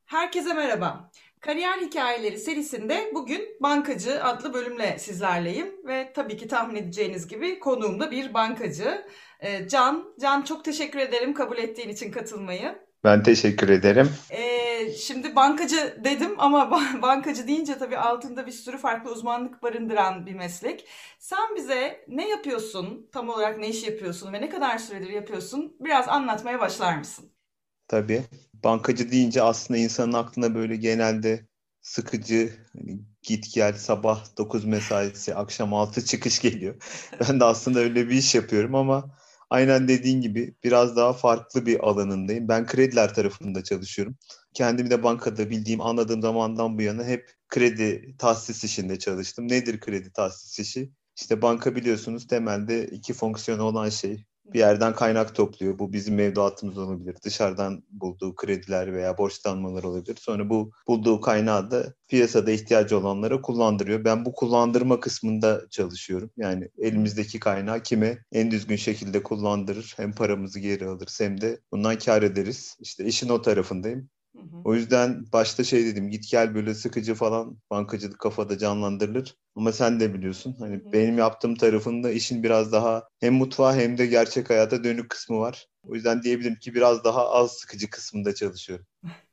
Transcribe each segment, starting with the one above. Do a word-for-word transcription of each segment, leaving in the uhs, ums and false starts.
Herkese merhaba. Kariyer Hikayeleri serisinde bugün Bankacı adlı bölümle sizlerleyim ve tabii ki tahmin edeceğiniz gibi konuğum da bir bankacı. Ee, Can. Can, çok teşekkür ederim kabul ettiğin için katılmayı. Ben teşekkür ederim. Ee, şimdi bankacı dedim ama ba- bankacı deyince tabii altında bir sürü farklı uzmanlık barındıran bir meslek. Sen bize ne yapıyorsun, tam olarak ne iş yapıyorsun ve ne kadar süredir yapıyorsun? Biraz anlatmaya başlar mısın? Tabii. Bankacı deyince aslında insanın aklına böyle genelde sıkıcı, hani git gel sabah dokuz mesaisi, akşam altı çıkış geliyor. Ben de aslında öyle bir iş yapıyorum ama aynen dediğin gibi biraz daha farklı bir alanındayım. Ben krediler tarafında çalışıyorum. Kendimi de bankada bildiğim, anladığım zamandan bu yana hep kredi tahsis işinde çalıştım. Nedir kredi tahsis işi? İşte banka biliyorsunuz temelde iki fonksiyonu olan şey. Bir yerden kaynak topluyor. Bu bizim mevduatımız olabilir. Dışarıdan bulduğu krediler veya borçlanmalar olabilir. Sonra bu bulduğu kaynağı da piyasada ihtiyacı olanlara kullandırıyor. Ben bu kullandırma kısmında çalışıyorum. Yani elimizdeki kaynağı kime en düzgün şekilde kullandırır, hem paramızı geri alırız hem de bundan kâr ederiz. İşte işin o tarafındayım. Hı hı. O yüzden başta şey dedim, git gel böyle sıkıcı falan, bankacılık kafada canlandırılır. Ama sen de biliyorsun Hı hani hı. benim yaptığım tarafında işin biraz daha hem mutfağa hem de gerçek hayata dönük kısmı var. O yüzden diyebilirim ki biraz daha az sıkıcı kısmında çalışıyorum.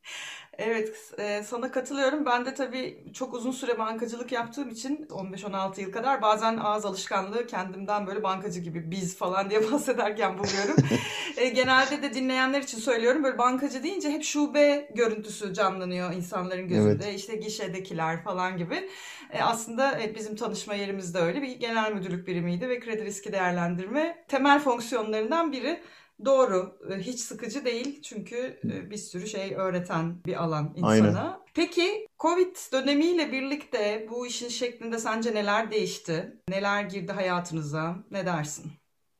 Evet, e, sana katılıyorum. Ben de tabii çok uzun süre bankacılık yaptığım için on beş on altı yıl kadar bazen ağız alışkanlığı kendimden böyle bankacı gibi biz falan diye bahsederken buluyorum. E, genelde de dinleyenler için söylüyorum. Böyle bankacı deyince hep şube görüntüsü canlanıyor insanların Evet, gözünde. İşte gişedekiler falan gibi. E, aslında evet, bizim tanışma yerimiz de öyle bir genel müdürlük birimiydi ve kredi riski değerlendirme temel fonksiyonlarından biri. Doğru. E, Hiç sıkıcı değil çünkü e, bir sürü şey öğreten bir alan aynen. insana. Peki Covid dönemiyle birlikte bu işin şeklinde sence neler değişti? Neler girdi hayatınıza? Ne dersin?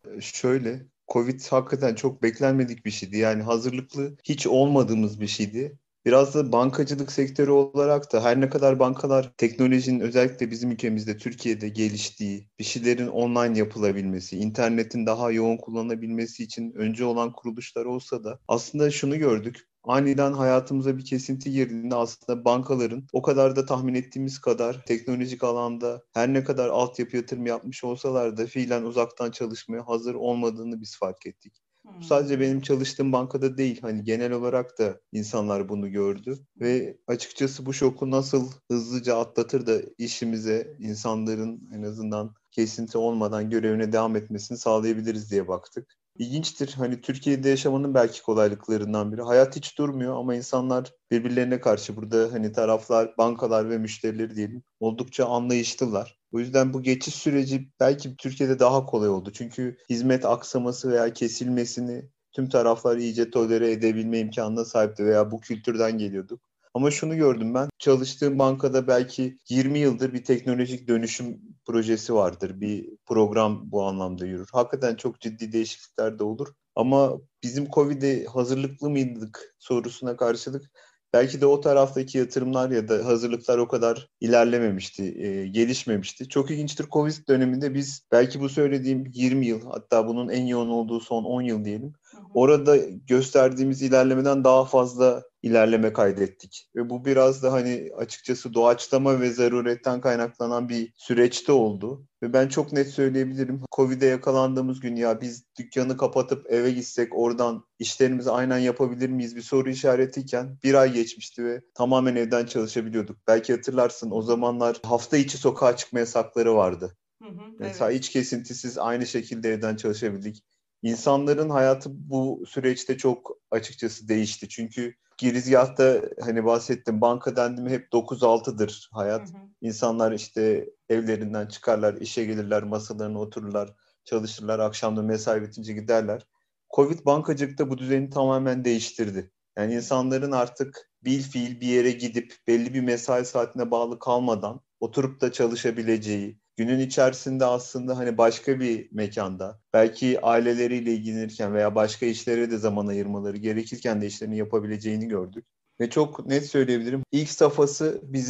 Şöyle, Covid hakikaten çok beklenmedik bir şeydi. Yani hazırlıklı hiç olmadığımız bir şeydi. Biraz da bankacılık sektörü olarak da her ne kadar bankalar teknolojinin özellikle bizim ülkemizde Türkiye'de geliştiği, bir şeylerin online yapılabilmesi, internetin daha yoğun kullanılabilmesi için önce olan kuruluşlar olsa da aslında şunu gördük. Aniden hayatımıza bir kesinti girdiğinde aslında bankaların o kadar da tahmin ettiğimiz kadar teknolojik alanda her ne kadar altyapı yatırım yapmış olsalar da fiilen uzaktan çalışmaya hazır olmadığını biz fark ettik. Bu sadece Hmm. benim çalıştığım bankada değil, hani genel olarak da insanlar bunu gördü ve açıkçası bu şoku nasıl hızlıca atlatır da işimize, insanların en azından kesinti olmadan görevine devam etmesini sağlayabiliriz diye baktık. İlginçtir. Hani Türkiye'de yaşamanın belki kolaylıklarından biri. Hayat hiç durmuyor ama insanlar birbirlerine karşı, burada hani taraflar, bankalar ve müşterileri diyelim, oldukça anlayışlılar. O yüzden bu geçiş süreci belki Türkiye'de daha kolay oldu. Çünkü hizmet aksaması veya kesilmesini tüm taraflar iyice tolere edebilme imkanına sahipti veya bu kültürden geliyorduk. Ama şunu gördüm ben, çalıştığım bankada belki yirmi yıldır bir teknolojik dönüşüm projesi vardır. Bir program bu anlamda yürür. Hakikaten çok ciddi değişiklikler de olur. Ama bizim Covid'e hazırlıklı mıydık sorusuna karşılık belki de o taraftaki yatırımlar ya da hazırlıklar o kadar ilerlememişti, e, gelişmemişti. Çok ilginçtir, Covid döneminde biz belki bu söylediğim yirmi yıl, hatta bunun en yoğun olduğu son on yıl diyelim, Hı hı. orada gösterdiğimiz ilerlemeden daha fazla ilerleme kaydettik. Ve bu biraz da hani açıkçası doğaçlama ve zaruretten kaynaklanan bir süreçte oldu. Ve ben çok net söyleyebilirim. Covid'e yakalandığımız gün ya biz dükkanı kapatıp eve gitsek oradan işlerimizi aynen yapabilir miyiz bir soru işaretiyken bir ay geçmişti ve tamamen evden çalışabiliyorduk. Belki hatırlarsın, o zamanlar hafta içi sokağa çıkma yasakları vardı. Hı hı. Mesela Evet. hiç kesintisiz aynı şekilde evden çalışabildik. İnsanların hayatı bu süreçte çok açıkçası değişti. Çünkü girizgahta hani bahsettim, banka dendi mi hep dokuz altıdır Hı hayat. hı. İnsanlar işte evlerinden çıkarlar, işe gelirler, masalarına otururlar, çalışırlar, akşam da mesai bitince giderler. Covid bankacılıkta bu düzeni tamamen değiştirdi. Yani insanların artık bilfiil bir yere gidip belli bir mesai saatine bağlı kalmadan oturup da çalışabileceği, günün içerisinde aslında hani başka bir mekanda, belki aileleriyle ilgilenirken veya başka işlere de zaman ayırmaları gerekirken de işlerini yapabileceğini gördük. Ve çok net söyleyebilirim, İlk safhası bizim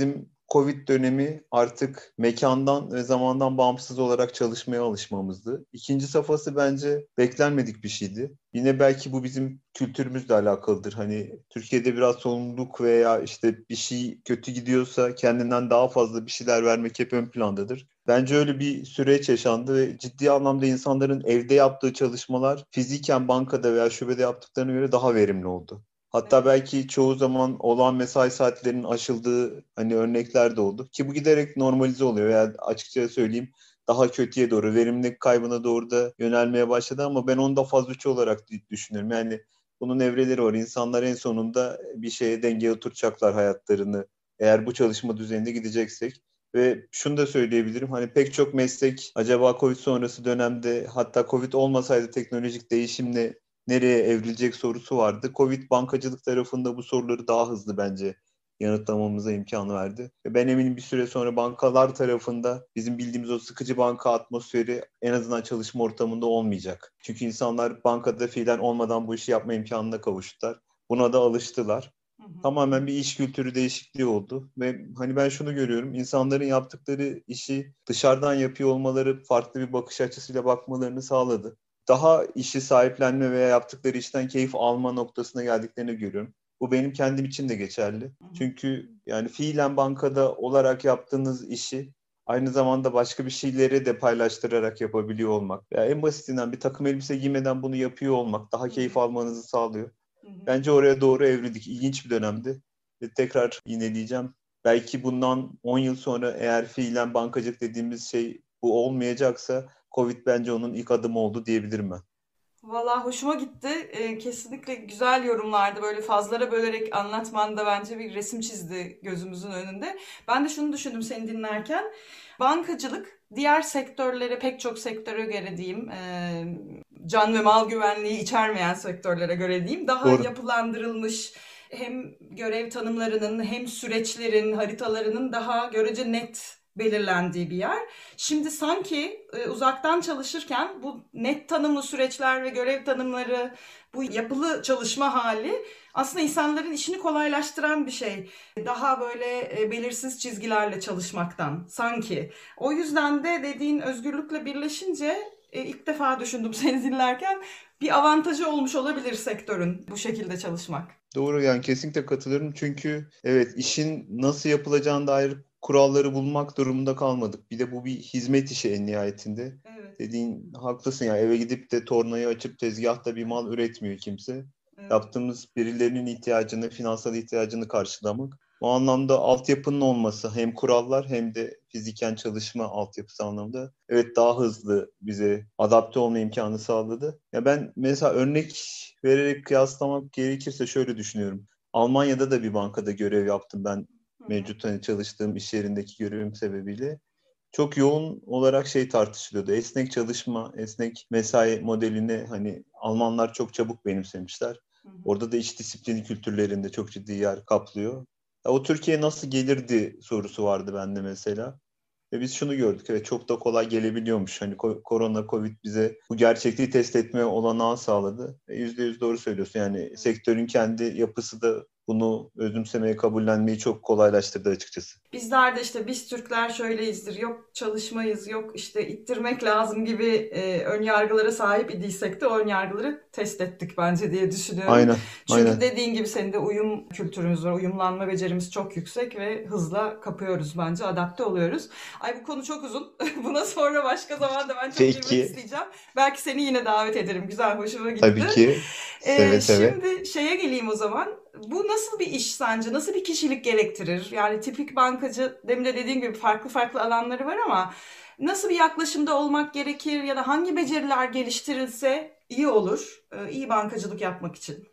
Covid dönemi artık mekandan ve zamandan bağımsız olarak çalışmaya alışmamızdı. İkinci safhası bence beklenmedik bir şeydi. Yine belki bu bizim kültürümüzle alakalıdır. Hani Türkiye'de biraz sorumluluk veya işte bir şey kötü gidiyorsa kendinden daha fazla bir şeyler vermek hep ön plandadır. Bence öyle bir süreç yaşandı ve ciddi anlamda insanların evde yaptığı çalışmalar fiziken bankada veya şubede yaptıklarına göre daha verimli oldu. Hatta Evet. belki çoğu zaman olan mesai saatlerinin aşıldığı hani örnekler de oldu. Ki bu giderek normalize oluyor. Yani açıkça söyleyeyim daha kötüye doğru, verimlilik kaybına doğru da yönelmeye başladı ama ben onu da faz üçü olarak düşünüyorum. Yani bunun evreleri var. İnsanlar en sonunda bir şeye dengeye oturacaklar hayatlarını. Eğer bu çalışma düzeninde gideceksek. Ve şunu da söyleyebilirim. Hani pek çok meslek acaba Covid sonrası dönemde hatta Covid olmasaydı teknolojik değişimle nereye evrilecek sorusu vardı. Covid bankacılık tarafında bu soruları daha hızlı bence yanıtlamamıza imkan verdi. Ve ben eminim bir süre sonra bankalar tarafında bizim bildiğimiz o sıkıcı banka atmosferi en azından çalışma ortamında olmayacak. Çünkü insanlar bankada fiilen olmadan bu işi yapma imkanına kavuştular. Buna da alıştılar. Hı hı. Tamamen bir iş kültürü değişikliği oldu ve hani ben şunu görüyorum, insanların yaptıkları işi dışarıdan yapıyor olmaları farklı bir bakış açısıyla bakmalarını sağladı. Daha işi sahiplenme veya yaptıkları işten keyif alma noktasına geldiklerini görüyorum. Bu benim kendim için de geçerli. Hı hı. Çünkü yani fiilen bankada olarak yaptığınız işi aynı zamanda başka bir şeyleri de paylaştırarak yapabiliyor olmak veya en basitinden bir takım elbise giymeden bunu yapıyor olmak daha Hı hı. keyif almanızı sağlıyor. Hı hı. Bence oraya doğru evrildik. İlginç bir dönemdi. Ve tekrar yineleyeceğim. Belki bundan on yıl sonra eğer fiilen bankacılık dediğimiz şey bu olmayacaksa Covid bence onun ilk adımı oldu diyebilirim ben. Valla hoşuma gitti. Ee, kesinlikle güzel yorumlardı. Böyle fazlara bölerek anlatman da bence bir resim çizdi gözümüzün önünde. Ben de şunu düşündüm seni dinlerken. Bankacılık diğer sektörlere, pek çok sektöre göre diyeyim, e, can ve mal güvenliği içermeyen sektörlere göre diyeyim, daha Doğru. yapılandırılmış, hem görev tanımlarının hem süreçlerin, haritalarının daha görece net belirlendiği bir yer. Şimdi sanki e, uzaktan çalışırken bu net tanımlı süreçler ve görev tanımları, bu yapılı çalışma hali aslında insanların işini kolaylaştıran bir şey. Daha böyle e, belirsiz çizgilerle çalışmaktan sanki. O yüzden de dediğin özgürlükle birleşince e, ilk defa düşündüm seni dinlerken, bir avantajı olmuş olabilir sektörün bu şekilde çalışmak. Doğru, yani kesinlikle katılıyorum. Çünkü evet, işin nasıl yapılacağına dair kuralları bulmak durumunda kalmadık. Bir de bu bir hizmet işi en nihayetinde. Evet, Dediğin haklısın ya, eve gidip de tornayı açıp tezgahta bir mal üretmiyor kimse. evet. Yaptığımız birilerinin ihtiyacını, finansal ihtiyacını karşılamak. Bu anlamda altyapının olması hem kurallar hem de fiziken çalışma altyapısı anlamında evet daha hızlı bize adapte olma imkanı sağladı. Ya ben mesela örnek vererek kıyaslamak gerekirse şöyle düşünüyorum. Almanya'da da bir bankada görev yaptım ben, Hı hı. mevcut hani çalıştığım iş yerindeki görevim sebebiyle. Çok yoğun olarak şey tartışılıyordu. Esnek çalışma, esnek mesai modelini hani Almanlar çok çabuk benimsemişler. Hı hı. Orada da iş disiplini kültürlerinde çok ciddi yer kaplıyor. Ya o Türkiye'ye nasıl gelirdi sorusu vardı bende mesela. Ve biz şunu gördük. Evet, çok da kolay gelebiliyormuş. Hani ko- korona, Covid bize bu gerçekliği test etme olanağı sağladı. Ve yüzde yüz doğru söylüyorsun. Yani sektörün kendi yapısı da bunu özümsemeye, kabullenmeyi çok kolaylaştırdı açıkçası. Bizler de işte biz Türkler şöyleyizdir, yok çalışmayız, yok işte ittirmek lazım gibi e, ön yargılara sahip idiysek de o ön yargıları test ettik bence diye düşünüyorum. Aynen, Çünkü aynen. dediğin gibi senin de uyum kültürümüz var, uyumlanma becerimiz çok yüksek ve hızla kapıyoruz bence, adapte oluyoruz. Ay bu konu çok uzun. Buna sonra başka zamanda ben çok girmek Peki, isteyeceğim. Belki seni yine davet ederim. Güzel, hoşuma gitti. tabii ki seve Ee, seve. şimdi şeye geleyim o zaman. Bu nasıl bir iş sence? Nasıl bir kişilik gerektirir? Yani tipik bankacı, demin de dediğim gibi farklı farklı alanları var ama nasıl bir yaklaşımda olmak gerekir ya da hangi beceriler geliştirilse iyi olur, e, iyi bankacılık yapmak için?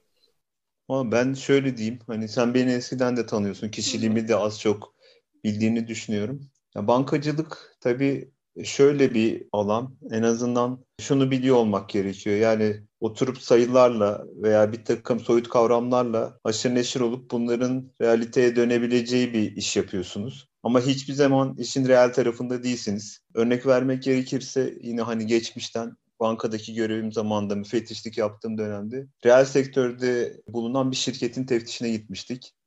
Ama ben şöyle diyeyim. Hani sen beni eskiden de tanıyorsun. Hı hı. Kişiliğimi de az çok bildiğini düşünüyorum. Ya bankacılık tabii şöyle bir alan. En azından şunu biliyor olmak gerekiyor. Yani oturup sayılarla veya bir takım soyut kavramlarla haşır neşir olup bunların realiteye dönebileceği bir iş yapıyorsunuz. Ama hiçbir zaman işin reel tarafında değilsiniz. Örnek vermek gerekirse yine hani geçmişten bankadaki görevim zamanında müfettişlik yaptığım dönemde reel sektörde bulunan bir şirketin teftişine gitmiştik.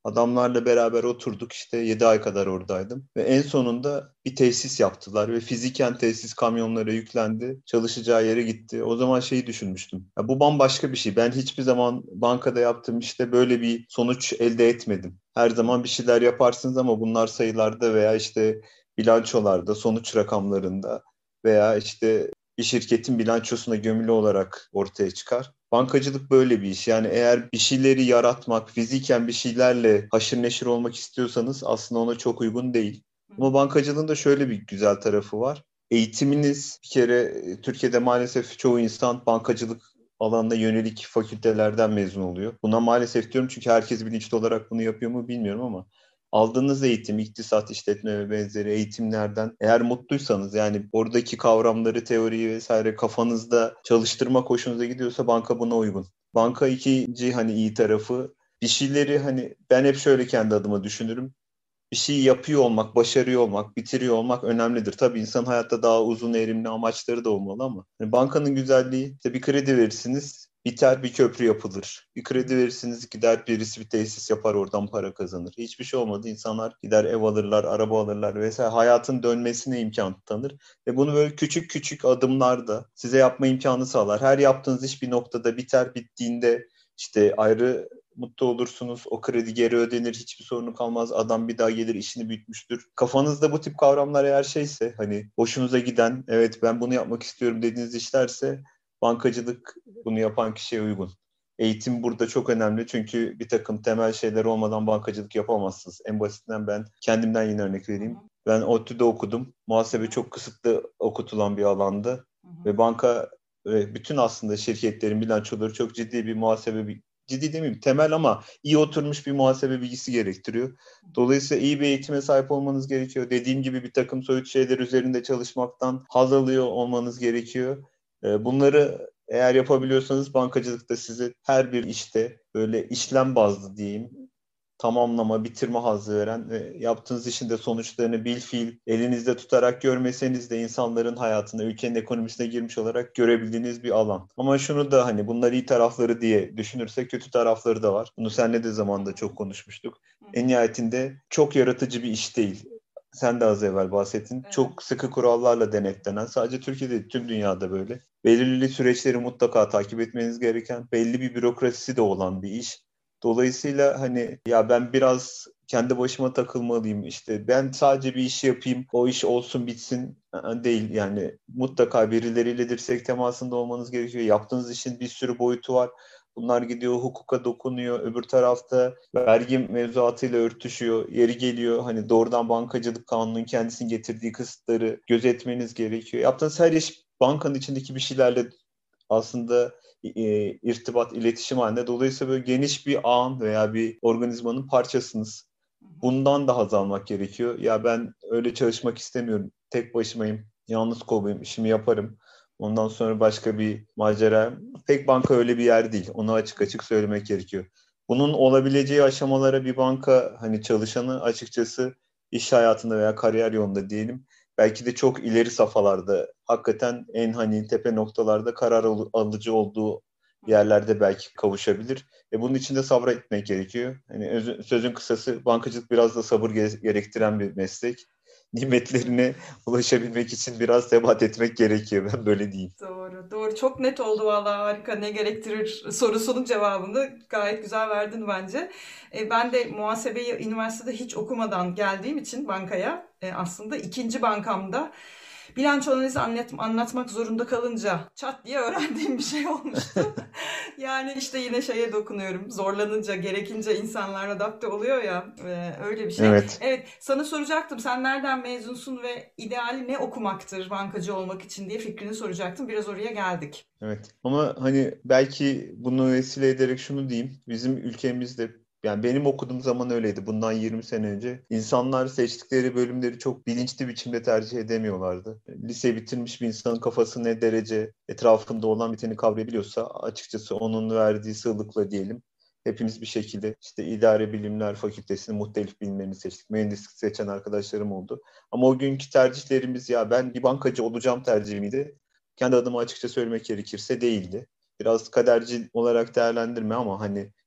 Adamlarla beraber oturduk, işte yedi ay kadar oradaydım. Ve en sonunda bir tesis yaptılar ve fiziken tesis kamyonlara yüklendi. Çalışacağı yere gitti. O zaman şeyi düşünmüştüm. Ya bu bambaşka bir şey. Ben hiçbir zaman bankada yaptığım işte böyle bir sonuç elde etmedim. Her zaman bir şeyler yaparsınız ama bunlar sayılarda veya işte bilançolarda, sonuç rakamlarında veya işte bir şirketin bilançosuna gömülü olarak ortaya çıkar. Bankacılık böyle bir iş. Yani eğer bir şeyleri yaratmak, fiziken bir şeylerle haşır neşir olmak istiyorsanız aslında ona çok uygun değil. Ama bankacılığın da şöyle bir güzel tarafı var. Eğitiminiz bir kere e, Türkiye'de maalesef çoğu insan bankacılık alanına yönelik fakültelerden mezun oluyor. Buna maalesef diyorum çünkü herkes bilinçli olarak bunu yapıyor mu bilmiyorum ama aldığınız eğitim, iktisat, işletme ve benzeri eğitimlerden eğer mutluysanız, yani oradaki kavramları, teoriyi vesaire kafanızda çalıştırmak hoşunuza gidiyorsa banka buna uygun. Banka ikinci hani iyi tarafı, bir şeyleri, hani ben hep şöyle kendi adıma düşünürüm. Bir şeyi yapıyor olmak, başarıyor olmak, bitiriyor olmak önemlidir. Tabii insan hayatta daha uzun erimli amaçları da olmalı ama hani bankanın güzelliği, işte bir kredi verirsiniz, biter, bir köprü yapılır. Bir kredi verirsiniz, gider birisi bir tesis yapar, oradan para kazanır. Hiçbir şey olmadı. İnsanlar gider ev alırlar, araba alırlar vesaire. Hayatın dönmesine imkan tanır. Ve bunu böyle küçük küçük adımlarda size yapma imkanı sağlar. Her yaptığınız iş bir noktada biter. Bittiğinde işte ayrı mutlu olursunuz. O kredi geri ödenir. Hiçbir sorunu kalmaz. Adam bir daha gelir, işini büyütmüştür. Kafanızda bu tip kavramlar eğer şeyse, hani hoşunuza giden, evet ben bunu yapmak istiyorum dediğiniz işlerse bankacılık bunu yapan kişiye uygun. Eğitim burada çok önemli çünkü bir takım temel şeyler olmadan bankacılık yapamazsınız. En basitinden ben kendimden yine örnek Hı vereyim. hı. Ben ODTÜ'de okudum. Hı Muhasebe hı. çok kısıtlı okutulan bir alandı. Hı hı. Ve banka ve bütün aslında şirketlerin bilançoları çok ciddi bir muhasebe, ciddi demeyeyim temel ama iyi oturmuş bir muhasebe bilgisi gerektiriyor. Dolayısıyla iyi bir eğitime sahip olmanız gerekiyor. Dediğim gibi bir takım soyut şeyler üzerinde çalışmaktan haz alıyor olmanız gerekiyor. Ee, Bunları eğer yapabiliyorsanız bankacılıkta size her bir işte böyle işlem bazlı diyeyim, tamamlama, bitirme hazzı veren ve yaptığınız işin de sonuçlarını bil fiil elinizde tutarak görmeseniz de insanların hayatına, ülkenin ekonomisine girmiş olarak görebildiğiniz bir alan. Ama şunu da hani bunlar iyi tarafları diye düşünürsek kötü tarafları da var. Bunu seninle de Hı zamanında çok hı. konuşmuştuk. Hı En hı. nihayetinde çok yaratıcı bir iş değil. Sen de az evvel bahsettin. Evet. Çok sıkı kurallarla denetlenen, sadece Türkiye'de değil, tüm dünyada böyle. Belirli süreçleri mutlaka takip etmeniz gereken, belli bir bürokrasisi de olan bir iş. Dolayısıyla hani ya ben biraz kendi başıma takılmalıyım, işte ben sadece bir işi yapayım, o iş olsun bitsin değil. Yani mutlaka birileriyle dirsek temasında olmanız gerekiyor. Yaptığınız işin bir sürü boyutu var. Bunlar gidiyor hukuka dokunuyor. Öbür tarafta vergi mevzuatıyla örtüşüyor. Yeri geliyor hani doğrudan bankacılık kanunun kendisinin getirdiği kısıtları gözetmeniz gerekiyor. Yaptığınız her iş bankanın içindeki bir şeylerle aslında e, irtibat, iletişim halinde. Dolayısıyla böyle geniş bir ağın veya bir organizmanın parçasınız. Hı hı. Bundan da haz almak gerekiyor. Ya ben öyle çalışmak istemiyorum. Tek başımayım, yalnız kovayım, işimi yaparım. Ondan sonra başka bir macera. Pek banka öyle bir yer değil. Onu açık açık söylemek gerekiyor. Bunun olabileceği aşamalara bir banka hani çalışanı açıkçası iş hayatında veya kariyer yolunda diyelim, belki de çok ileri safhalarda, hakikaten en hani tepe noktalarda karar al- alıcı olduğu Hı hı. yerlerde belki kavuşabilir. E bunun için de sabretmek gerekiyor. Hani özü- sözün kısası bankacılık biraz da sabır ge- gerektiren bir meslek. Nimetlerine ulaşabilmek için biraz sebat etmek gerekiyor. Ben böyle diyeyim. Doğru, doğru. Çok net oldu vallahi harika. Ne gerektirir sorusunun cevabını gayet güzel verdin bence. E, ben de muhasebeyi üniversitede hiç okumadan geldiğim için bankaya e, aslında ikinci bankamda bilanço analizi anlat, anlatmak zorunda kalınca çat diye öğrendiğim bir şey olmuştu. Yani işte yine şeye dokunuyorum. Zorlanınca, gerekince insanlar adapte oluyor ya. e, öyle bir şey. Evet. Evet, sana soracaktım. Sen nereden mezunsun ve ideali ne okumaktır bankacı olmak için diye fikrini soracaktım. Biraz oraya geldik. Evet. Ama hani belki bunu vesile ederek şunu diyeyim. Bizim ülkemizde, yani benim okuduğum zaman öyleydi. Bundan yirmi sene önce. İnsanlar seçtikleri bölümleri çok bilinçli biçimde tercih edemiyorlardı. Lise bitirmiş bir insanın kafası ne derece etrafında olan biteni kavrayabiliyorsa, açıkçası onun verdiği sığlıkla diyelim, hepimiz bir şekilde işte idare bilimler fakültesinin muhtelif bilimlerini seçtik. Mühendislik seçen arkadaşlarım oldu. Ama o günkü tercihlerimiz, ya ben bir bankacı olacağım tercih miydi? Kendi adıma açıkça söylemek gerekirse değildi. Biraz kaderci olarak değerlendirme ama hani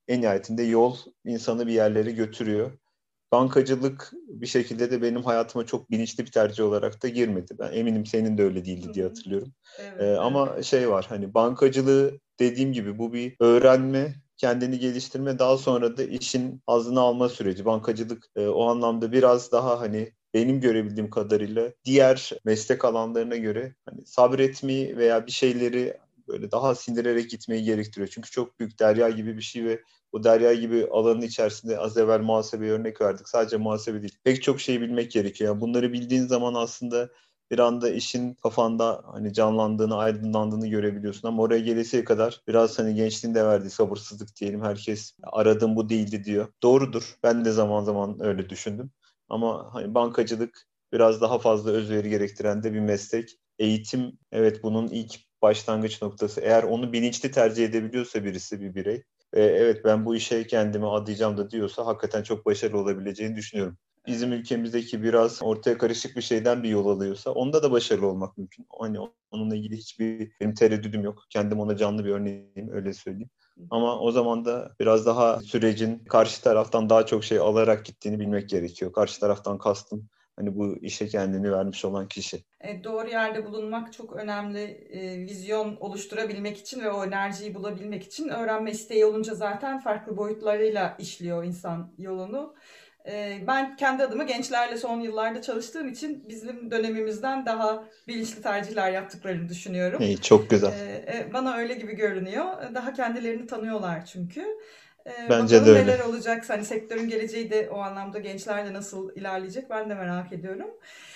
en nihayetinde yol insanı bir yerlere götürüyor. Bankacılık bir şekilde de benim hayatıma çok bilinçli bir tercih olarak da girmedi. Ben eminim senin de öyle Hı değildi diye hı. hatırlıyorum. Ee, Evet, evet. ama şey var, hani bankacılığı dediğim gibi bu bir öğrenme, kendini geliştirme, daha sonra da işin hazzını alma süreci. Bankacılık e, o anlamda biraz daha hani benim görebildiğim kadarıyla diğer meslek alanlarına göre hani sabretmeyi veya bir şeyleri böyle daha sindirerek gitmeyi gerektiriyor. Çünkü çok büyük derya gibi bir şey ve o derya gibi alanın içerisinde az evvel muhasebe örnek verdik. Sadece muhasebe değil. Pek çok şey bilmek gerekiyor. Yani bunları bildiğin zaman aslında bir anda işin kafanda hani canlandığını, aydınlandığını görebiliyorsun. Ama oraya gelesiye kadar biraz hani gençliğinde verdiği sabırsızlık diyelim. Herkes aradığım bu değildi diyor. Doğrudur. Ben de zaman zaman öyle düşündüm. Ama hani bankacılık biraz daha fazla özveri gerektiren de bir meslek. Eğitim, evet, bunun ilk başlangıç noktası. Eğer onu bilinçli tercih edebiliyorsa birisi, bir birey, e, evet ben bu işe kendimi adayacağım da diyorsa hakikaten çok başarılı olabileceğini düşünüyorum. Bizim Evet. ülkemizdeki biraz ortaya karışık bir şeyden bir yol alıyorsa onda da başarılı olmak mümkün. Hani onunla ilgili hiçbir benim tereddüdüm yok. Kendim ona canlı bir örneğim, öyle söyleyeyim. Ama o zaman da biraz daha sürecin karşı taraftan daha çok şey alarak gittiğini bilmek gerekiyor. Karşı taraftan kastım hani bu işe kendini vermiş olan kişi. E, doğru yerde bulunmak çok önemli. E, vizyon oluşturabilmek için ve o enerjiyi bulabilmek için öğrenme isteği olunca zaten farklı boyutlarıyla işliyor insan yolunu. E, ben kendi adıma gençlerle son yıllarda çalıştığım için bizim dönemimizden daha bilinçli tercihler yaptıklarını düşünüyorum. İyi, çok E, güzel. e, bana öyle gibi görünüyor. Daha kendilerini tanıyorlar çünkü. E, Bence de bakalım öyle. neler olacak. Hani sektörün geleceği de o anlamda gençlerle nasıl ilerleyecek ben de merak ediyorum.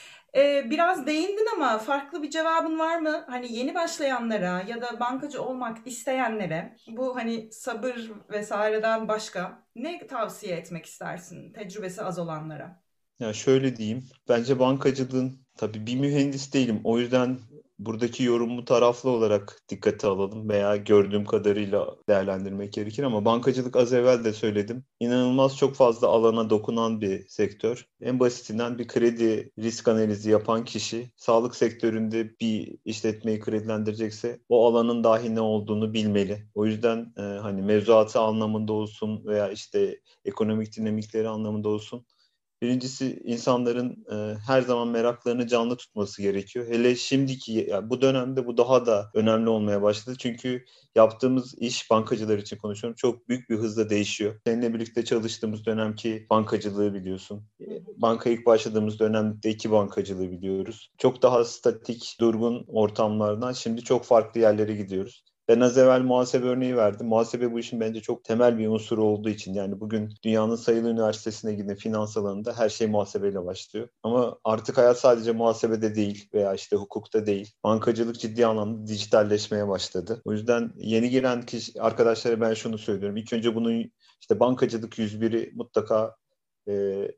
Ee, biraz değindin ama farklı bir cevabın var mı? Hani yeni başlayanlara ya da bankacı olmak isteyenlere bu hani sabır vesaireden başka ne tavsiye etmek istersin tecrübesi az olanlara? Ya şöyle diyeyim. Bence bankacılığın, tabii bir mühendis değilim. O yüzden buradaki yorumu taraflı olarak dikkate alalım veya gördüğüm kadarıyla değerlendirmek gerekir, ama bankacılık, az evvel de söyledim, İnanılmaz çok fazla alana dokunan bir sektör. En basitinden bir kredi risk analizi yapan kişi sağlık sektöründe bir işletmeyi kredilendirecekse o alanın dahi ne olduğunu bilmeli. O yüzden e, hani mevzuatı anlamında olsun veya işte ekonomik dinamikleri anlamında olsun, birincisi insanların e, her zaman meraklarını canlı tutması gerekiyor. Hele şimdiki, yani bu dönemde bu daha da önemli olmaya başladı. Çünkü yaptığımız iş, bankacılar için konuşuyorum, çok büyük bir hızla değişiyor. Seninle birlikte çalıştığımız dönemki bankacılığı biliyorsun. E, Hı hı. Banka ilk başladığımız dönemdeki bankacılığı biliyoruz. Çok daha statik, durgun ortamlardan şimdi çok farklı yerlere gidiyoruz. Ben az evvel muhasebe örneği verdim. Muhasebe bu işin bence çok temel bir unsuru olduğu için, yani bugün dünyanın sayılı üniversitesine gidin, finans alanında her şey muhasebeyle başlıyor. Ama artık hayat sadece muhasebede değil veya işte hukukta değil. Bankacılık ciddi anlamda dijitalleşmeye başladı. O yüzden yeni giren kişi, arkadaşlara ben şunu söylüyorum. İlk önce bunun işte bankacılık yüz biri mutlaka e,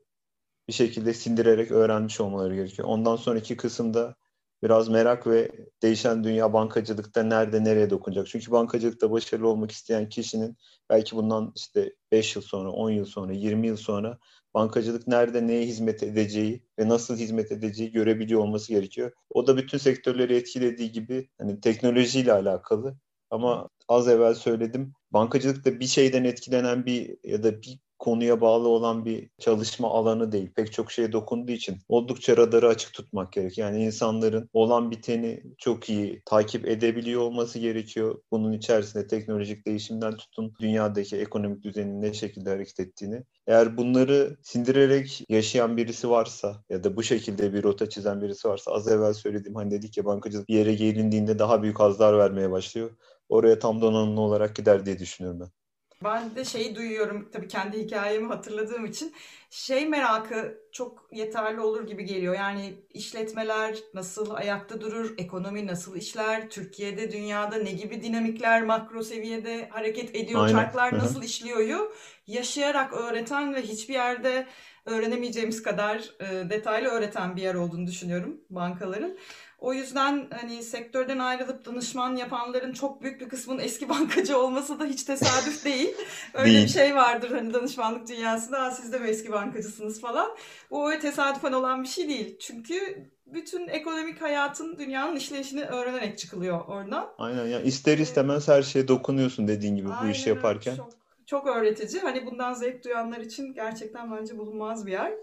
bir şekilde sindirerek öğrenmiş olmaları gerekiyor. Ondan sonraki kısımda biraz merak ve değişen dünya bankacılıkta nerede nereye dokunacak. Çünkü bankacılıkta başarılı olmak isteyen kişinin belki bundan işte beş yıl sonra, on yıl sonra, yirmi yıl sonra bankacılık nerede neye hizmet edeceği ve nasıl hizmet edeceği görebiliyor olması gerekiyor. O da bütün sektörleri etkilediği gibi hani teknolojiyle alakalı. Ama az evvel söyledim, bankacılıkta bir şeyden etkilenen bir ya da bir konuya bağlı olan bir çalışma alanı değil. Pek çok şeye dokunduğu için oldukça radarı açık tutmak gerek. Yani insanların olan biteni çok iyi takip edebiliyor olması gerekiyor. Bunun içerisinde teknolojik değişimden tutun dünyadaki ekonomik düzenin ne şekilde hareket ettiğini. Eğer bunları sindirerek yaşayan birisi varsa ya da bu şekilde bir rota çizen birisi varsa, az evvel söylediğim, hani dedik ya, bankacılık bir yere gelindiğinde daha büyük hazlar vermeye başlıyor. Oraya tam donanımlı olarak gider diye düşünüyorum ben. Ben de şeyi duyuyorum tabii kendi hikayemi hatırladığım için şey merakı çok yeterli olur gibi geliyor. Yani işletmeler nasıl ayakta durur, ekonomi nasıl işler, Türkiye'de, dünyada ne gibi dinamikler makro seviyede hareket ediyor, Aynen. çarklar Hı hı. nasıl işliyoryu yaşayarak öğreten ve hiçbir yerde öğrenemeyeceğimiz kadar e, detaylı öğreten bir yer olduğunu düşünüyorum bankaların. O yüzden hani sektörden ayrılıp danışman yapanların çok büyük bir kısmının eski bankacı olması da hiç tesadüf değil. Öyle bir Değil. şey vardır hani danışmanlık dünyasında. "Aa, siz de mi eski bankacısınız falan." O öyle tesadüfen olan bir şey değil. Çünkü bütün ekonomik hayatın, dünyanın işleyişini öğrenerek çıkılıyor oradan. Aynen ya, ister Ee, istemez her şeye dokunuyorsun dediğin gibi bu işi aynen öyle. yaparken. Çok çok öğretici. Hani bundan zevk duyanlar için gerçekten bence bulunmaz bir yer.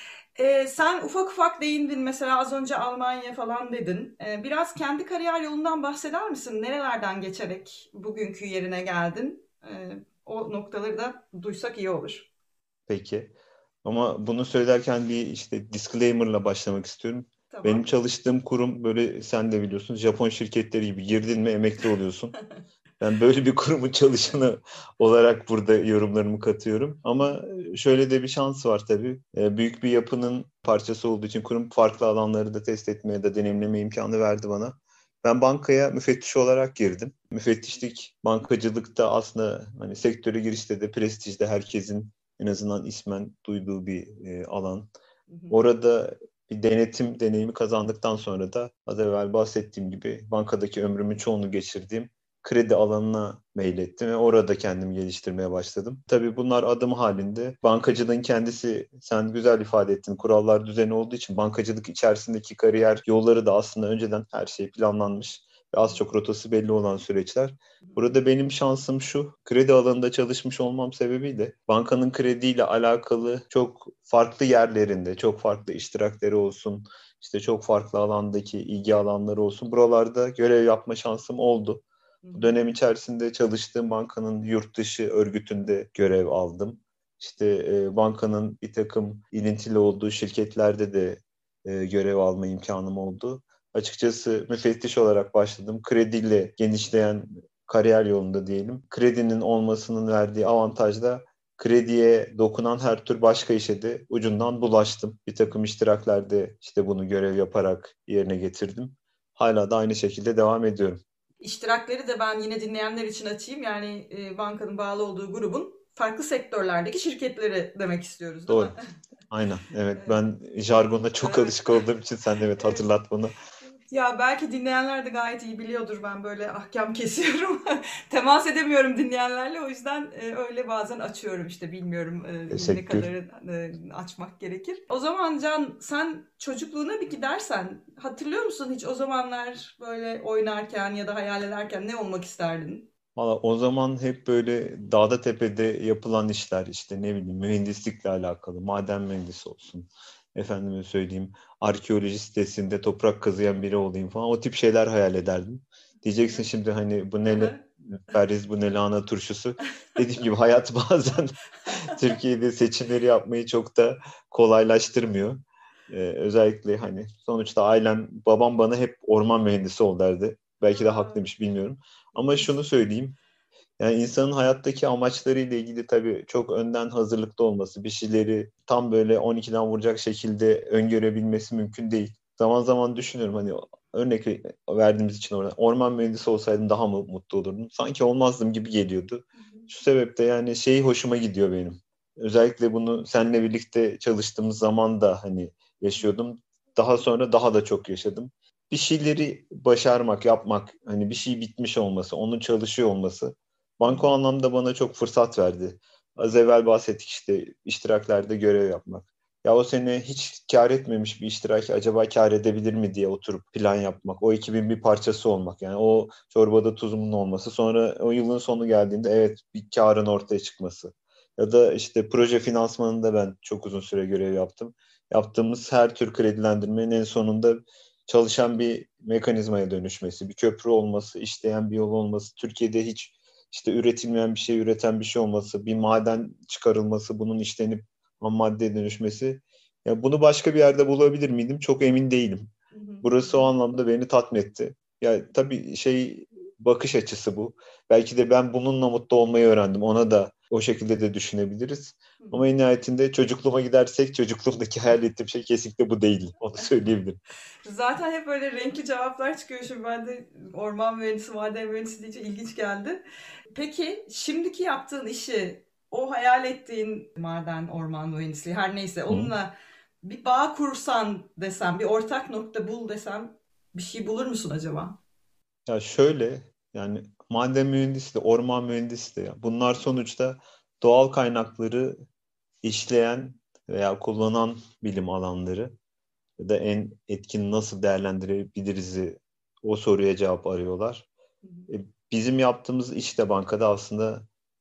Ee, sen ufak ufak değindin. Mesela az önce Almanya falan dedin. Ee, biraz kendi kariyer yolundan bahseder misin? Nerelerden geçerek bugünkü yerine geldin? Ee, o noktaları da duysak iyi olur. Peki. Ama bunu söylerken bir işte disclaimer'la başlamak istiyorum. Benim Tamam. çalıştığım kurum böyle sen de biliyorsun Japon şirketleri gibi girdin mi emekli oluyorsun. Ben böyle bir kurumun çalışanı olarak burada yorumlarımı katıyorum. Ama şöyle de bir şans var tabii. E, Büyük bir yapının parçası olduğu için kurum farklı alanları da test etmeye de deneyimleme imkanı verdi bana. Ben bankaya müfettiş olarak girdim. Müfettişlik bankacılıkta aslında hani sektöre girişte de prestijde herkesin en azından ismen duyduğu bir e, alan. Hı hı. Orada bir denetim deneyimi kazandıktan sonra da az evvel bahsettiğim gibi bankadaki ömrümün çoğunu geçirdiğim kredi alanına meylettim ve orada kendimi geliştirmeye başladım. Tabii bunlar adım halinde. Bankacılığın kendisi, sen güzel ifade ettin, kurallar düzeni olduğu için bankacılık içerisindeki kariyer yolları da aslında önceden her şey planlanmış ve az çok rotası belli olan süreçler. Burada benim şansım şu, kredi alanında çalışmış olmam sebebiyle bankanın krediyle alakalı çok farklı yerlerinde, çok farklı iştirakleri olsun, işte çok farklı alandaki ilgi alanları olsun. Buralarda görev yapma şansım oldu. Hı Bu hı. dönem içerisinde çalıştığım bankanın yurt dışı örgütünde görev aldım. İşte e, bankanın bir takım ilintili olduğu şirketlerde de e, görev alma imkanım oldu. Açıkçası müfettiş olarak başladım. Krediyle genişleyen kariyer yolunda diyelim. Kredinin olmasının verdiği avantajla krediye dokunan her tür başka işe de ucundan bulaştım. Bir takım iştiraklerde işte bunu görev yaparak yerine getirdim. Hala da aynı şekilde devam ediyorum. İştirakleri de ben yine dinleyenler için açayım. Yani e, bankanın bağlı olduğu grubun farklı sektörlerdeki şirketleri demek istiyoruz, değil mi? Doğru. Aynen. Evet. Evet. Ben jargona çok Evet. alışık olduğum için sen de evet Evet. hatırlat bunu. Ya belki dinleyenler de gayet iyi biliyordur, ben böyle ahkam kesiyorum. Temas edemiyorum dinleyenlerle, o yüzden e, öyle bazen açıyorum, işte bilmiyorum e, ne Teşekkür. kadarı e, açmak gerekir. O zaman Can, sen çocukluğuna bir gidersen hatırlıyor musun hiç o zamanlar böyle oynarken ya da hayal ederken ne olmak isterdin? Valla o zaman hep böyle dağda tepede yapılan işler işte ne bileyim mühendislikle alakalı maden mühendisi olsun. Efendime söyleyeyim arkeoloji sitesinde toprak kazıyan biri olayım falan o tip şeyler hayal ederdim. Diyeceksin şimdi hani bu ne periz bu ne lahana turşusu. Dediğim gibi hayat bazen Türkiye'de seçimleri yapmayı çok da kolaylaştırmıyor. Ee, özellikle hani sonuçta ailem babam bana hep orman mühendisi ol derdi. Belki de Aa, haklıymış bilmiyorum. Ama şunu ilginç. söyleyeyim. Yani insanın hayattaki amaçlarıyla ilgili tabii çok önden hazırlıklı olması, bir şeyleri tam böyle on ikiden vuracak şekilde öngörebilmesi mümkün değil. Zaman zaman düşünüyorum hani örnek verdiğimiz için orada orman mühendisi olsaydım daha mı mutlu olurdum? Sanki olmazdım gibi geliyordu. Şu sebeple yani şey hoşuma gidiyor benim. Özellikle bunu seninle birlikte çalıştığımız zaman da hani yaşıyordum. Daha sonra daha da çok yaşadım. Bir şeyleri başarmak, yapmak, hani bir şey bitmiş olması, onun çalışıyor olması banko anlamda bana çok fırsat verdi. Az evvel bahsettik işte iştiraklerde görev yapmak. Ya o sene hiç kar etmemiş bir iştiraki acaba kar edebilir mi diye oturup plan yapmak. O ekibin bir parçası olmak. Yani o çorbada tuzumun olması. Sonra o yılın sonu geldiğinde evet bir karın ortaya çıkması. Ya da işte proje finansmanında ben çok uzun süre görev yaptım. Yaptığımız her tür kredilendirmenin en sonunda çalışan bir mekanizmaya dönüşmesi, bir köprü olması, işleyen bir yol olması, Türkiye'de hiç işte üretilmeyen bir şey, üreten bir şey olması, bir maden çıkarılması, bunun işlenip ham maddeye dönüşmesi. Ya bunu başka bir yerde bulabilir miydim? Çok emin değilim. Burası o anlamda beni tatmin etti. Ya tabii şey bakış açısı bu. Belki de ben bununla mutlu olmayı öğrendim. Ona da o şekilde de düşünebiliriz. Ama en nihayetinde çocukluğuma gidersek çocukluğumdaki hayal ettiğim şey kesinlikle bu değil. Onu söyleyebilirim. Zaten hep böyle renkli cevaplar çıkıyor. Şimdi ben de orman mühendisi, maden mühendisi deyince ilginç geldi. Peki şimdiki yaptığın işi, o hayal ettiğin maden, orman mühendisliği her neyse Hı. onunla bir bağ kursan desem, bir ortak nokta bul desem bir şey bulur musun acaba? Ya şöyle yani maden mühendisi de orman mühendisi de ya bunlar sonuçta doğal kaynakları işleyen veya kullanan bilim alanları ya da en etkin nasıl değerlendirebiliriz o soruya cevap arıyorlar. Hı hı. E, Bizim yaptığımız iş de bankada aslında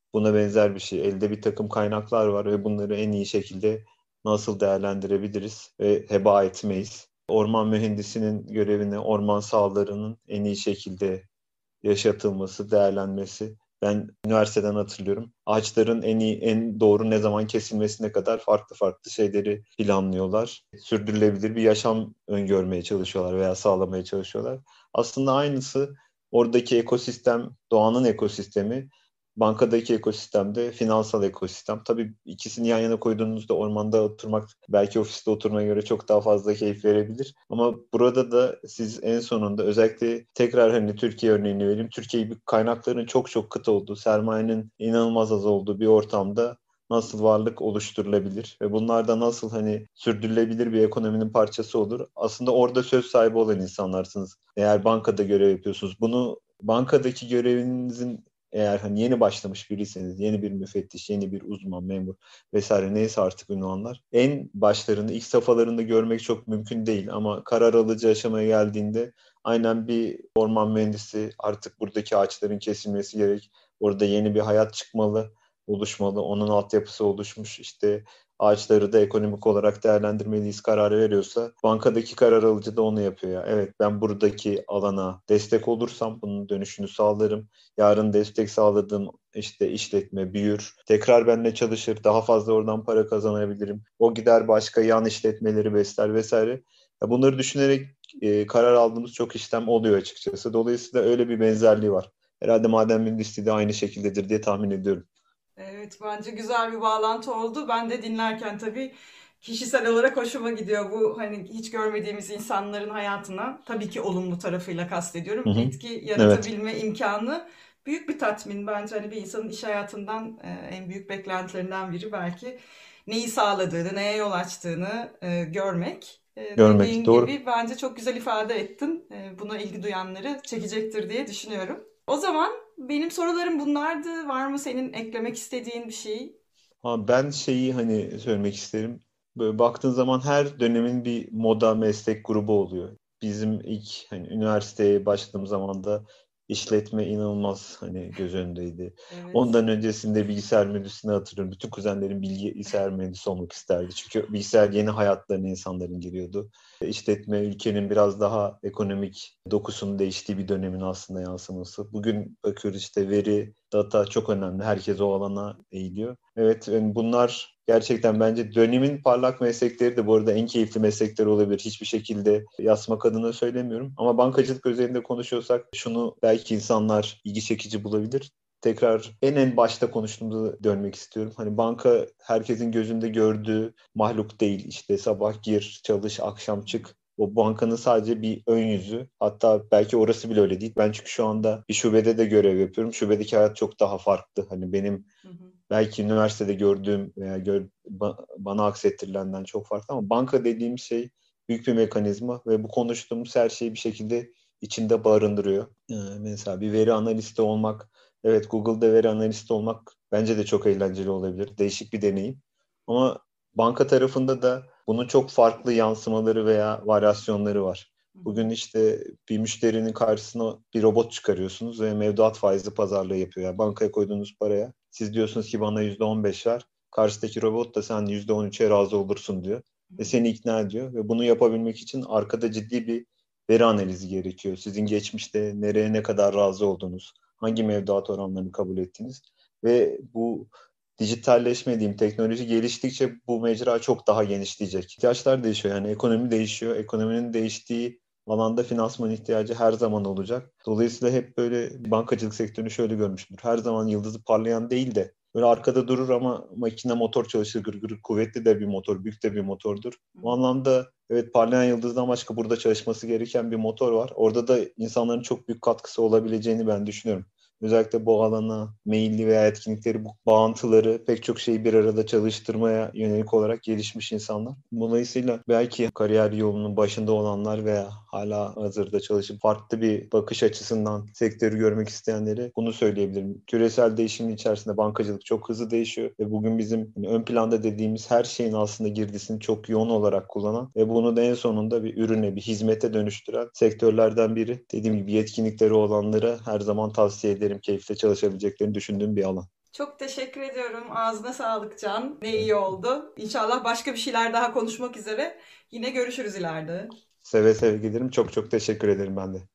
buna benzer bir şey. Elde bir takım kaynaklar var ve bunları en iyi şekilde nasıl değerlendirebiliriz ve heba etmeyiz. Orman mühendisinin görevini orman sahalarının en iyi şekilde yaşatılması, değerlenmesi. Ben üniversiteden hatırlıyorum. Ağaçların en iyi, en doğru ne zaman kesilmesine kadar farklı farklı şeyleri planlıyorlar. Sürdürülebilir bir yaşam öngörmeye çalışıyorlar veya sağlamaya çalışıyorlar. Aslında aynısı oradaki ekosistem, doğanın ekosistemi, bankadaki ekosistemde finansal ekosistem. Tabii ikisini yan yana koyduğunuzda ormanda oturmak belki ofiste oturmaya göre çok daha fazla keyif verebilir. Ama burada da siz en sonunda özellikle tekrar hani Türkiye örneğini vereyim. Türkiye gibi kaynakların çok çok kıt olduğu, sermayenin inanılmaz az olduğu bir ortamda nasıl varlık oluşturulabilir ve bunlar da nasıl hani sürdürülebilir bir ekonominin parçası olur. Aslında orada söz sahibi olan insanlarsınız. Eğer bankada görev yapıyorsunuz. Bunu bankadaki görevinizin eğer hani yeni başlamış biriyseniz, yeni bir müfettiş, yeni bir uzman, memur vesaire neyse artık ünvanlar. En başlarında, ilk safhalarında görmek çok mümkün değil ama karar alıcı aşamaya geldiğinde aynen bir orman mühendisi artık buradaki ağaçların kesilmesi gerek. Orada yeni bir hayat çıkmalı, oluşmalı. Onun altyapısı oluşmuş. İşte ağaçları da ekonomik olarak değerlendirmeliyiz kararı veriyorsa bankadaki karar alıcı da onu yapıyor ya. Evet ben buradaki alana destek olursam bunun dönüşünü sağlarım. Yarın destek sağladığım işte işletme büyür. Tekrar benimle çalışır. Daha fazla oradan para kazanabilirim. O gider başka yan işletmeleri besler vesaire. Ya bunları düşünerek e, karar aldığımız çok işlem oluyor açıkçası. Dolayısıyla öyle bir benzerliği var. Herhalde maden mühendisliği de aynı şekildedir diye tahmin ediyorum. Evet, bence güzel bir bağlantı oldu. Ben de dinlerken tabii kişisel olarak hoşuma gidiyor bu hani hiç görmediğimiz insanların hayatına tabii ki olumlu tarafıyla Hı kastediyorum. hı. Etki Evet, yaratabilme imkanı büyük bir tatmin bence hani bir insanın iş hayatından e, en büyük beklentilerinden biri belki neyi sağladığını, neye yol açtığını e, görmek. E, görmek dediğin doğru. gibi bence çok güzel ifade ettin. E, buna ilgi duyanları çekecektir diye düşünüyorum. O zaman benim sorularım bunlardı. Var mı senin eklemek istediğin bir şey? Ha, ben şeyi hani söylemek isterim. Böyle baktığın zaman her dönemin bir moda meslek grubu oluyor. Bizim ilk hani üniversiteye başladığım zaman da işletme inanılmaz hani göz önündeydi. Evet. Ondan öncesinde bilgisayar mühendisliğini hatırlıyorum. Bütün kuzenlerim bilgisayar mühendisi olmak isterdi. Çünkü bilgisayar yeni hayatlarına insanların giriyordu. İşletme ülkenin biraz daha ekonomik dokusunun değiştiği bir dönemin aslında yansıması. Bugün bakıyoruz işte veri, data çok önemli. Herkes o alana eğiliyor. Evet, yani bunlar gerçekten bence dönemin parlak meslekleri de bu arada en keyifli meslekler olabilir. Hiçbir şekilde yasmak adına söylemiyorum. Ama bankacılık özelinde konuşuyorsak şunu belki insanlar ilgi çekici bulabilir. Tekrar en en başta konuştuğumuza dönmek istiyorum. Hani banka herkesin gözünde gördüğü mahluk değil. İşte sabah gir, çalış, akşam çık. O bankanın sadece bir ön yüzü. Hatta belki orası bile öyle değil. Ben çünkü şu anda bir şubede de görev yapıyorum. Şubedeki hayat çok daha farklı. Hani benim Hı hı. belki üniversitede gördüğüm veya gör, ba- bana aksettirilenden çok farklı ama banka dediğim şey büyük bir mekanizma ve bu konuştuğumuz her şeyi bir şekilde içinde barındırıyor. Ee, mesela bir veri analisti olmak, evet Google'da veri analisti olmak bence de çok eğlenceli olabilir. Değişik bir deneyim. Ama banka tarafında da bunun çok farklı yansımaları veya varyasyonları var. Hı hı. Bugün işte bir müşterinin karşısına bir robot çıkarıyorsunuz ve mevduat faizi pazarlığı yapıyor. Yani bankaya koyduğunuz paraya siz diyorsunuz ki bana yüzde on beş ver. Karşıdaki robot da sen yüzde on üçe razı olursun diyor. Hı Ve hı. seni ikna ediyor. Ve bunu yapabilmek için arkada ciddi bir veri analizi gerekiyor. Sizin geçmişte nereye ne kadar razı oldunuz, hangi mevduat oranlarını kabul ettiniz. Ve bu dijitalleşme diyeyim, teknoloji geliştikçe bu mecra çok daha genişleyecek. İhtiyaçlar değişiyor yani ekonomi değişiyor. Ekonominin değiştiği alanda finansman ihtiyacı her zaman olacak. Dolayısıyla hep böyle bankacılık sektörünü şöyle görmüşümdür. Her zaman yıldızı parlayan değil de böyle arkada durur ama makine motor çalışır gır gır kuvvetli de bir motor, büyük de bir motordur. Hı O hı. anlamda evet parlayan yıldızdan başka burada çalışması gereken bir motor var. Orada da insanların çok büyük katkısı olabileceğini ben düşünüyorum. Özellikle bu alana meyilli veya etkinlikleri, bu bağıntıları pek çok şeyi bir arada çalıştırmaya yönelik olarak gelişmiş insanlar. Dolayısıyla belki kariyer yolunun başında olanlar veya hala hazırda çalışıp farklı bir bakış açısından sektörü görmek isteyenleri bunu söyleyebilirim. Küresel değişimin içerisinde bankacılık çok hızlı değişiyor ve bugün bizim hani ön planda dediğimiz her şeyin aslında girdisini çok yoğun olarak kullanan ve bunu da en sonunda bir ürüne, bir hizmete dönüştüren sektörlerden biri. Dediğim gibi yetkinlikleri olanlara her zaman tavsiye ederim. Keyifle çalışabileceklerini düşündüğüm bir alan. Çok teşekkür ediyorum. Ağzına sağlık Can. Ne iyi oldu. İnşallah başka bir şeyler daha konuşmak üzere. Yine görüşürüz ileride. Seve seve gelirim. Çok çok teşekkür ederim ben de.